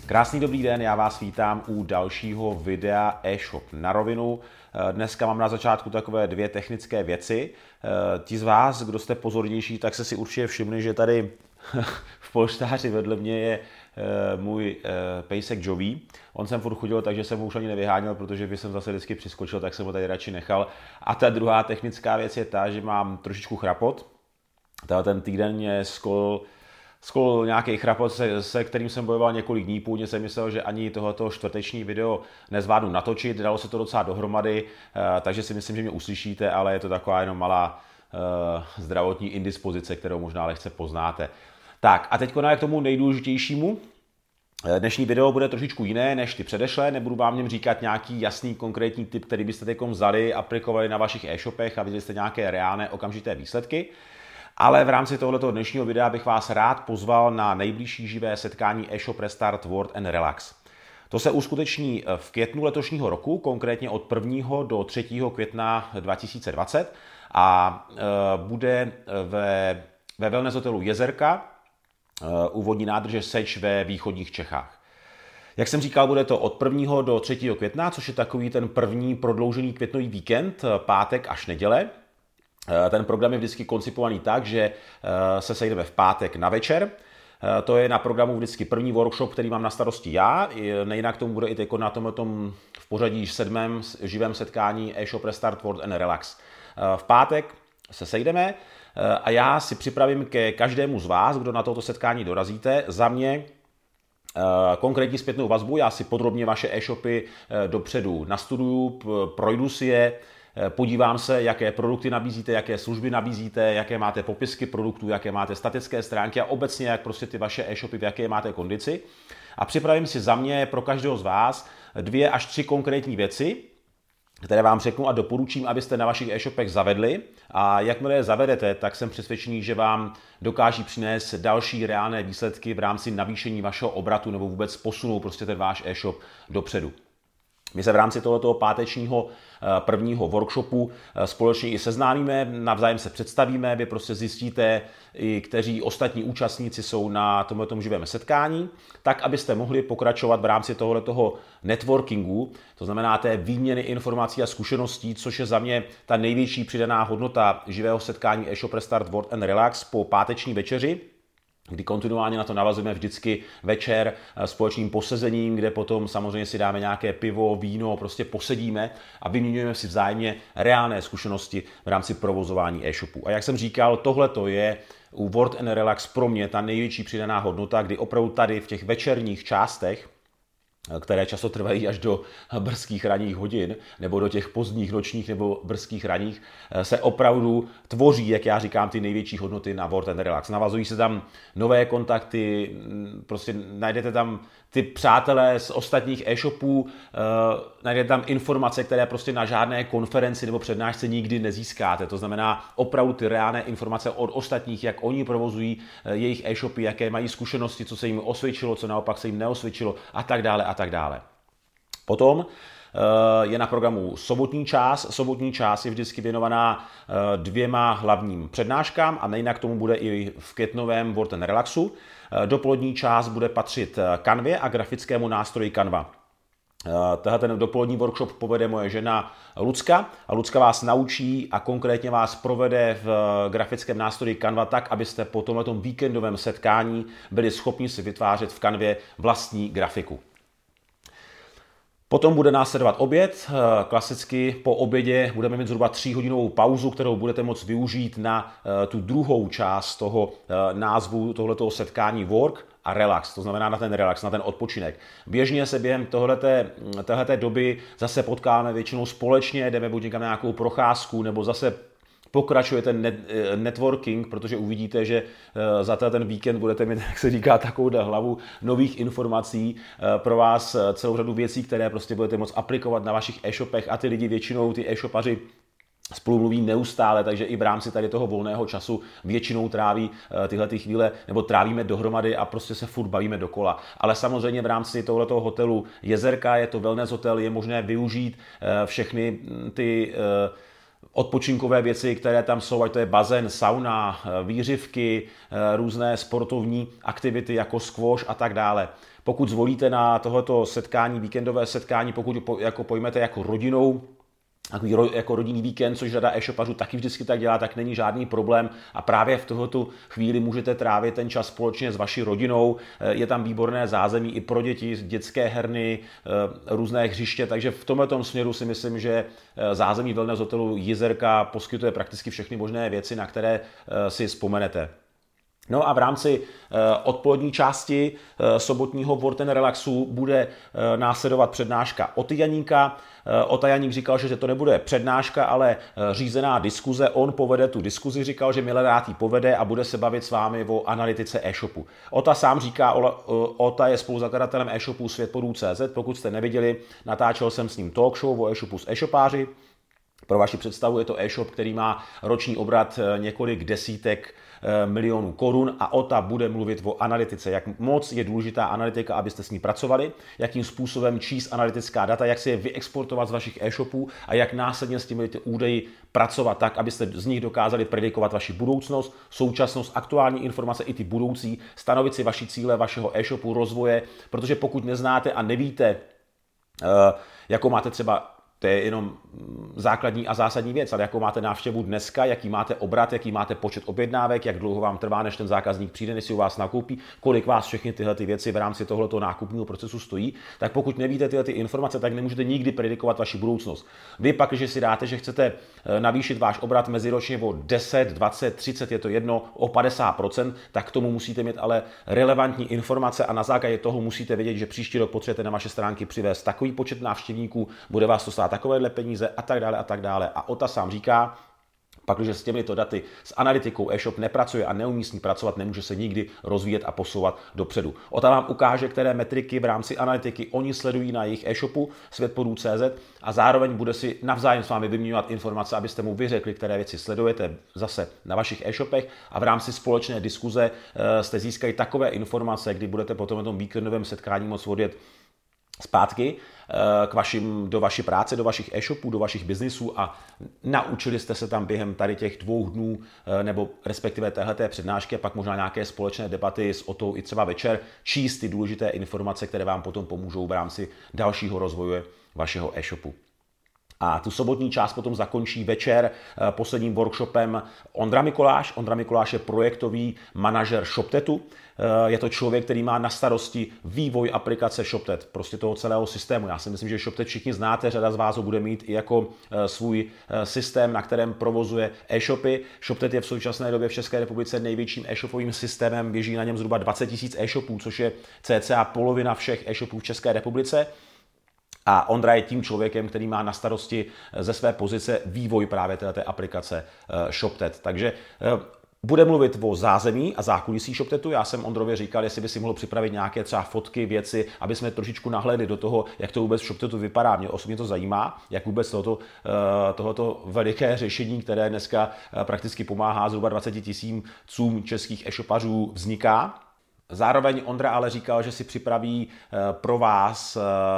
Krásný dobrý den, já vás vítám u dalšího videa e-shop na rovinu. Dneska mám na začátku takové dvě technické věci. Ti z vás, kdo jste pozornější, tak se si určitě všimli, že tady v polštáři vedle mě je můj pejsek Joey. On sem furt chodil, takže jsem ho už ani nevyháněl, protože by jsem zase vždycky přiskočil, tak jsem ho tady radši nechal. A ta druhá technická věc je ta, že mám trošičku chrapot. Ten týden mě skol nějaký chrapot, se kterým jsem bojoval několik dní. Původně jsem myslel, že ani tohoto čtvrteční video nezvládnu natočit, dalo se to docela dohromady, takže si myslím, že mě uslyšíte, ale je to taková jenom malá zdravotní indispozice, kterou možná lehce poznáte. Tak a teď k tomu nejdůležitějšímu. Dnešní video bude trošičku jiné než ty předešlé, nebudu vám něm říkat nějaký jasný konkrétní tip, který byste teď vzali, aplikovali na vašich e-shopech a viděli jste nějaké reálné okamžité výsledky. Ale v rámci tohoto dnešního videa bych vás rád pozval na nejbližší živé setkání e-shop Restart Work and Relax. To se uskuteční v květnu letošního roku, konkrétně od 1. do 3. května 2020 a bude ve wellness hotelu Jezerka u vodní nádrže Seč ve východních Čechách. Jak jsem říkal, bude to od 1. do 3. května, což je takový ten první prodloužený květnový víkend, pátek až neděle. Ten program je vždycky koncipovaný tak, že se sejdeme v pátek na večer. To je na programu vždycky první workshop, který mám na starosti já. Nejinak tomu bude i teď na tom v pořadí 7. živém setkání e-shop Restart Work and Relax. V pátek se sejdeme a já si připravím ke každému z vás, kdo na toto setkání dorazíte, za mě konkrétní zpětnou vazbu. Já si podrobně vaše e-shopy dopředu nastuduju, projdu si je, podívám se, jaké produkty nabízíte, jaké služby nabízíte, jaké máte popisky produktů, jaké máte statické stránky a obecně jak prostě ty vaše e-shopy, v jaké máte kondici. A připravím si za mě pro každého z vás 2 až 3 konkrétní věci, které vám řeknu a doporučím, abyste na vašich e-shopech zavedli. A jakmile je zavedete, tak jsem přesvědčený, že vám dokáží přinést další reálné výsledky v rámci navýšení vašeho obratu nebo vůbec posunou prostě ten váš e-shop dopředu. My se v rámci tohoto pátečního prvního workshopu společně i seznámíme, navzájem se představíme, vy prostě zjistíte, kteří ostatní účastníci jsou na tomto živém setkání, tak abyste mohli pokračovat v rámci tohoto networkingu, to znamená té výměny informací a zkušeností, což je za mě ta největší přidaná hodnota živého setkání e-shop Restart Work and Relax po páteční večeři, kdy kontinuálně na to navazujeme vždycky večer společným posezením, kde potom samozřejmě si dáme nějaké pivo, víno, prostě posedíme a vyměňujeme si vzájemně reálné zkušenosti v rámci provozování e-shopu. A jak jsem říkal, tohleto je u Work and Relax pro mě ta největší přidaná hodnota, kdy opravdu tady v těch večerních částech, které často trvají až do brzkých ranních hodin, nebo do těch pozdních nočních nebo brzkých ranních, se opravdu tvoří, jak já říkám, ty největší hodnoty na Work and Relax. Navazují se tam nové kontakty, prostě najdete tam ty přátelé z ostatních e-shopů, najdete tam informace, které prostě na žádné konferenci nebo přednášce nikdy nezískáte. To znamená opravdu ty reálné informace od ostatních, jak oni provozují jejich e-shopy, jaké mají zkušenosti, co se jim osvědčilo, co naopak se jim neosvědčilo a tak dále a tak dále. Potom je na programu sobotní část. Sobotní část je vždycky věnovaná 2 hlavním přednáškám a nejinak tomu bude i v květnovém Work and Relaxu. Dopolední část bude patřit Canvě a grafickému nástroji Canva. Ten dopolední workshop povede moje žena Lucka a Lucka vás naučí a konkrétně vás provede v grafickém nástroji Canva tak, abyste po tomhletom víkendovém setkání byli schopni si vytvářet v Canvě vlastní grafiku. Potom bude následovat oběd. Klasicky po obědě budeme mít zhruba 3hodinovou pauzu, kterou budete moct využít na tu druhou část toho názvu tohletoho setkání Work a Relax, to znamená na ten relax, na ten odpočinek. Běžně se během téhleté doby zase potkáme většinou společně, jdeme buď někam na nějakou procházku, nebo zase pokračuje ten networking, protože uvidíte, že za ten víkend budete mít, jak se říká, takovouhle hlavu nových informací pro vás, celou řadu věcí, které prostě budete moct aplikovat na vašich e-shopech a ty lidi většinou, ty e-shopaři spolu mluví neustále, takže i v rámci tady toho volného času většinou tráví tyhle ty chvíle, nebo trávíme dohromady a prostě se furt bavíme dokola. Ale samozřejmě v rámci tohletoho hotelu Jezerka, je to wellness hotel, je možné využít všechny ty odpočinkové věci, které tam jsou, ať to je bazén, sauna, výřivky, různé sportovní aktivity jako squash a tak dále. Pokud zvolíte na tohoto setkání, víkendové setkání, pokud jako pojmete jako rodinou, jako rodinný víkend, což řada e-shopařů taky vždycky tak dělá, tak není žádný problém a právě v tohoto chvíli můžete trávit ten čas společně s vaší rodinou. Je tam výborné zázemí i pro děti, dětské herny, různé hřiště, takže v tomto směru si myslím, že zázemí wellness hotelu Jizerka poskytuje prakticky všechny možné věci, na které si vzpomenete. No a v rámci odpolední části sobotního Work and Relaxu bude následovat přednáška od Janíka. Ota Janík říkal, že to nebude přednáška, ale řízená diskuze. On povede tu diskuzi, říkal, že milé rád ji povede a bude se bavit s vámi o analytice e-shopu. Ota sám říká, Ota je spoluzakladatelem e-shopu Světpodů.cz. Pokud jste neviděli, natáčel jsem s ním talk show o e-shopu s e-shopáři. Pro vaši představu je to e-shop, který má roční obrat několik desítek milionů korun a Ota bude mluvit o analytice, jak moc je důležitá analytika, abyste s ní pracovali, jakým způsobem číst analytická data, jak si je vyexportovat z vašich e-shopů a jak následně s těmi údaji pracovat tak, abyste z nich dokázali predikovat vaši budoucnost, současnost, aktuální informace i ty budoucí, stanovit si vaši cíle vašeho e-shopu, rozvoje, protože pokud neznáte a nevíte, jakou máte třeba, to je jenom základní a zásadní věc, ale jakou máte návštěvu dneska, jaký máte obrat, jaký máte počet objednávek, jak dlouho vám trvá, než ten zákazník přijde, než si u vás nakoupí, kolik vás všechny tyhle ty věci v rámci tohoto nákupního procesu stojí, tak pokud nevíte tyhle ty informace, tak nemůžete nikdy predikovat vaši budoucnost. Vy pak, když si dáte, že chcete navýšit váš obrat meziročně o 10, 20, 30, je to jedno, o 50%, tak k tomu musíte mít ale relevantní informace a na základě toho musíte vědět, že příští rok potřebujete na vaše stránky přivést takový počet návštěvníků, bude vás to stát takovéhle peníze a tak dále a tak dále. A Ota sám říká, pakliže s těmito daty, s analytikou e-shop nepracuje a neumí s ní pracovat, nemůže se nikdy rozvíjet a posouvat dopředu. Ota vám ukáže, které metriky v rámci analytiky oni sledují na jejich e-shopu Světpodů.cz a zároveň bude si navzájem s vámi vyměňovat informace, abyste mu vyřekli, které věci sledujete zase na vašich e-shopech a v rámci společné diskuze jste získali takové informace, kdy budete potom na tom víkendovém setkání moct odjet zpátky do vaší práce, do vašich e-shopů, do vašich biznisů a naučili jste se tam během tady těch 2 dnů nebo respektive téhleté přednášky a pak možná nějaké společné debaty s Otou i třeba večer číst ty důležité informace, které vám potom pomůžou v rámci dalšího rozvoje vašeho e-shopu. A tu sobotní část potom zakončí večer posledním workshopem Ondra Mikoláš. Ondra Mikoláš je projektový manažer ShopTetu. Je to člověk, který má na starosti vývoj aplikace ShopTet, prostě toho celého systému. Já si myslím, že ShopTet všichni znáte, řada z vás ho bude mít i jako svůj systém, na kterém provozuje e-shopy. ShopTet je v současné době v České republice největším e-shopovým systémem, běží na něm zhruba 20 000 e-shopů, což je cca polovina všech e-shopů v České republice. A Ondra je tím člověkem, který má na starosti ze své pozice vývoj právě této aplikace ShopTet. Takže bude mluvit o zázemí a zákulisí ShopTetu. Já jsem Ondrově říkal, jestli by si mohl připravit nějaké třeba fotky, věci, aby jsme trošičku nahlédli do toho, jak to vůbec v ShopTetu vypadá. Mě osobně to zajímá, jak vůbec tohoto veliké řešení, které dneska prakticky pomáhá zhruba 20 000 českých e-shopařů, vzniká. Zároveň Ondra ale říkal, že si připraví pro vás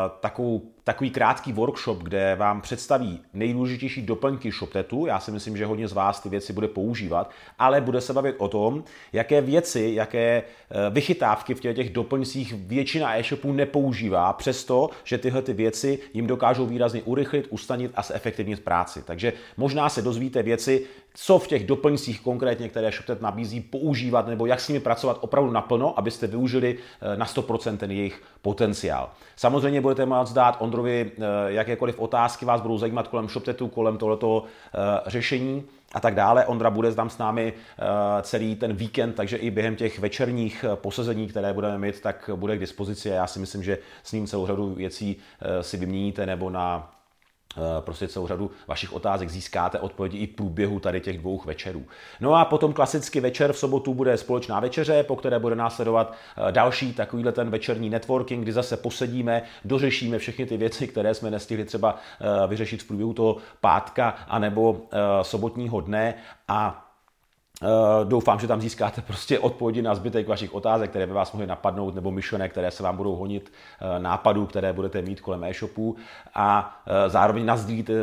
takový krátký workshop, kde vám představí nejdůležitější doplňky ShopTetu. Já si myslím, že hodně z vás ty věci bude používat, ale bude se bavit o tom, jaké věci, jaké vychytávky v těch doplňcích většina e-shopů nepoužívá, přesto, že tyhle ty věci jim dokážou výrazně urychlit, usnadnit a zefektivnit práci. Takže možná se dozvíte věci, co v těch doplňcích konkrétně, které ShopTet nabízí, používat nebo jak s nimi pracovat opravdu naplno, abyste využili na 100% ten jejich potenciál. Samozřejmě budete moct dát Ondrovi jakékoliv otázky, vás budou zajímat kolem ShopTetu, kolem tohoto řešení a tak dále. Ondra bude tam s námi celý ten víkend, takže i během těch večerních posezení, které budeme mít, tak bude k dispozici a já si myslím, že s ním celou řadu věcí si vyměníte nebo na prostě celou řadu vašich otázek získáte odpovědi i v průběhu tady těch 2 večerů. No a potom klasicky večer v sobotu bude společná večeře, po které bude následovat další takovýhle ten večerní networking, kdy zase posedíme, dořešíme všechny ty věci, které jsme nestihli třeba vyřešit v průběhu toho pátka anebo sobotního dne a doufám, že tam získáte prostě odpovědi na zbytek vašich otázek, které by vás mohly napadnout, nebo myšlenek, které se vám budou honit, nápadů, které budete mít kolem e-shopů a zároveň nasdílíte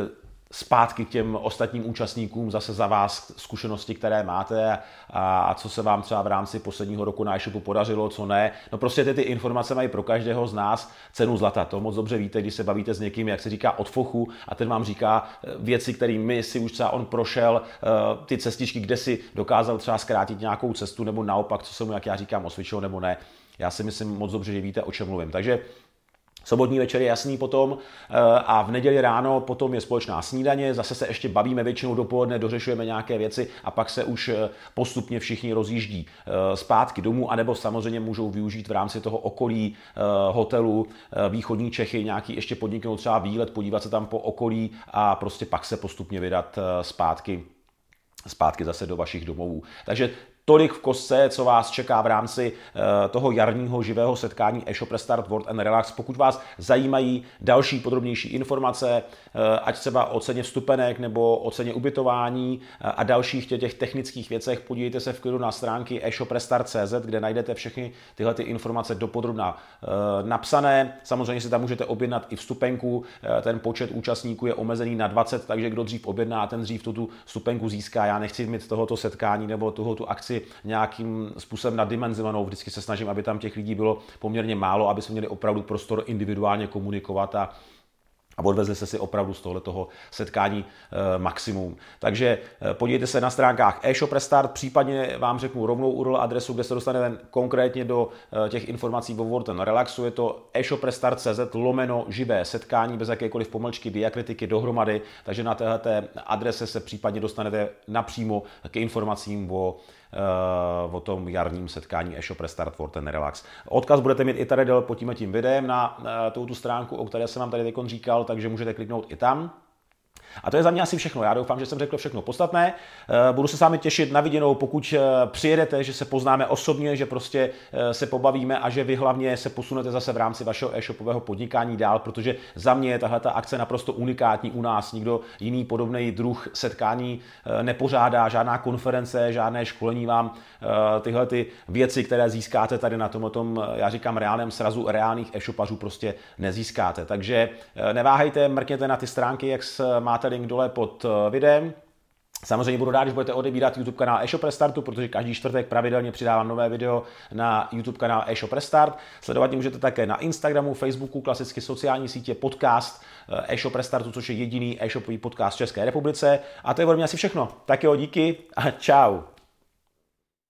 zpátky k těm ostatním účastníkům zase za vás zkušenosti, které máte a co se vám třeba v rámci posledního roku na e-shopu podařilo, co ne. No prostě ty informace mají pro každého z nás cenu zlata. To moc dobře víte, když se bavíte s někým, jak se říká, od fochu a ten vám říká věci, kterými si už třeba on prošel, ty cestičky, kde si dokázal třeba zkrátit nějakou cestu, nebo naopak, co se mu, jak já říkám, osvědčilo nebo ne. Já si myslím moc dobře, že víte, o čem mluvím. Takže sobotní večer je jasný potom a v neděli ráno potom je společná snídaně, zase se ještě bavíme většinou dopoledne, dořešujeme nějaké věci a pak se už postupně všichni rozjíždí zpátky domů, anebo samozřejmě můžou využít v rámci toho okolí hotelu východní Čechy nějaký ještě podniknout třeba výlet, podívat se tam po okolí a prostě pak se postupně vydat zpátky zase do vašich domovů. Takže tolik v kostce, co vás čeká v rámci toho jarního živého setkání e-shop Restart Work and Relax. Pokud vás zajímají další podrobnější informace, ať třeba o ceně vstupenek nebo o ceně ubytování a dalších těch technických věcech, podívejte se v klidu na stránky e-shoprestart.cz, kde najdete všechny tyhle informace dopodrobna napsané. Samozřejmě si tam můžete objednat i vstupenku, ten počet účastníků je omezený na 20, takže kdo dřív objedná, ten dřív tu vstupenku získá. Já nechci mít tohoto setkání nebo tohoto akci nějakým způsobem naddimenzovanou. Vždycky se snažím, aby tam těch lidí bylo poměrně málo, aby jsme měli opravdu prostor individuálně komunikovat a odvezli jste si opravdu z tohoto setkání maximum. Takže podívejte se na stránkách e-shop Restart, případně vám řeknu rovnou URL adresu, kde se dostanete konkrétně do těch informací o Work and Relaxu. Je to e-shoprestart.cz/živé setkání bez jakékoliv pomlčky, diakritiky dohromady, takže na této adrese se případně dostanete napřímo k informacím o tom jarním setkání e-shop Restart Work and Relax. Odkaz budete mít i tady dole pod tím videem na tu stránku, o které jsem vám tady teď říkal, takže můžete kliknout i tam. A to je za mě asi všechno. Já doufám, že jsem řekl všechno podstatné. Budu se s vámi těšit na viděnou, pokud přijedete, že se poznáme osobně, že prostě se pobavíme a že vy hlavně se posunete zase v rámci vašeho e-shopového podnikání dál, protože za mě je tahle akce naprosto unikátní u nás. Nikdo jiný podobný druh setkání nepořádá, žádná konference, žádné školení vám tyhle ty věci, které získáte tady na tom, já říkám, reálném srazu reálných e-shopařů prostě nezískáte. Takže neváhejte, mrkněte na ty stránky, jak máte link dole pod videem. Samozřejmě budu rád, když budete odebírat YouTube kanál e-shop Restartu, protože každý čtvrtek pravidelně přidávám nové video na YouTube kanál e-shop Restart. Sledovat můžete také na Instagramu, Facebooku, klasicky sociální sítě, podcast e-shop Restartu, což je jediný e-shopový podcast v České republice. A to je ode mě asi všechno. Tak jo, díky a čau.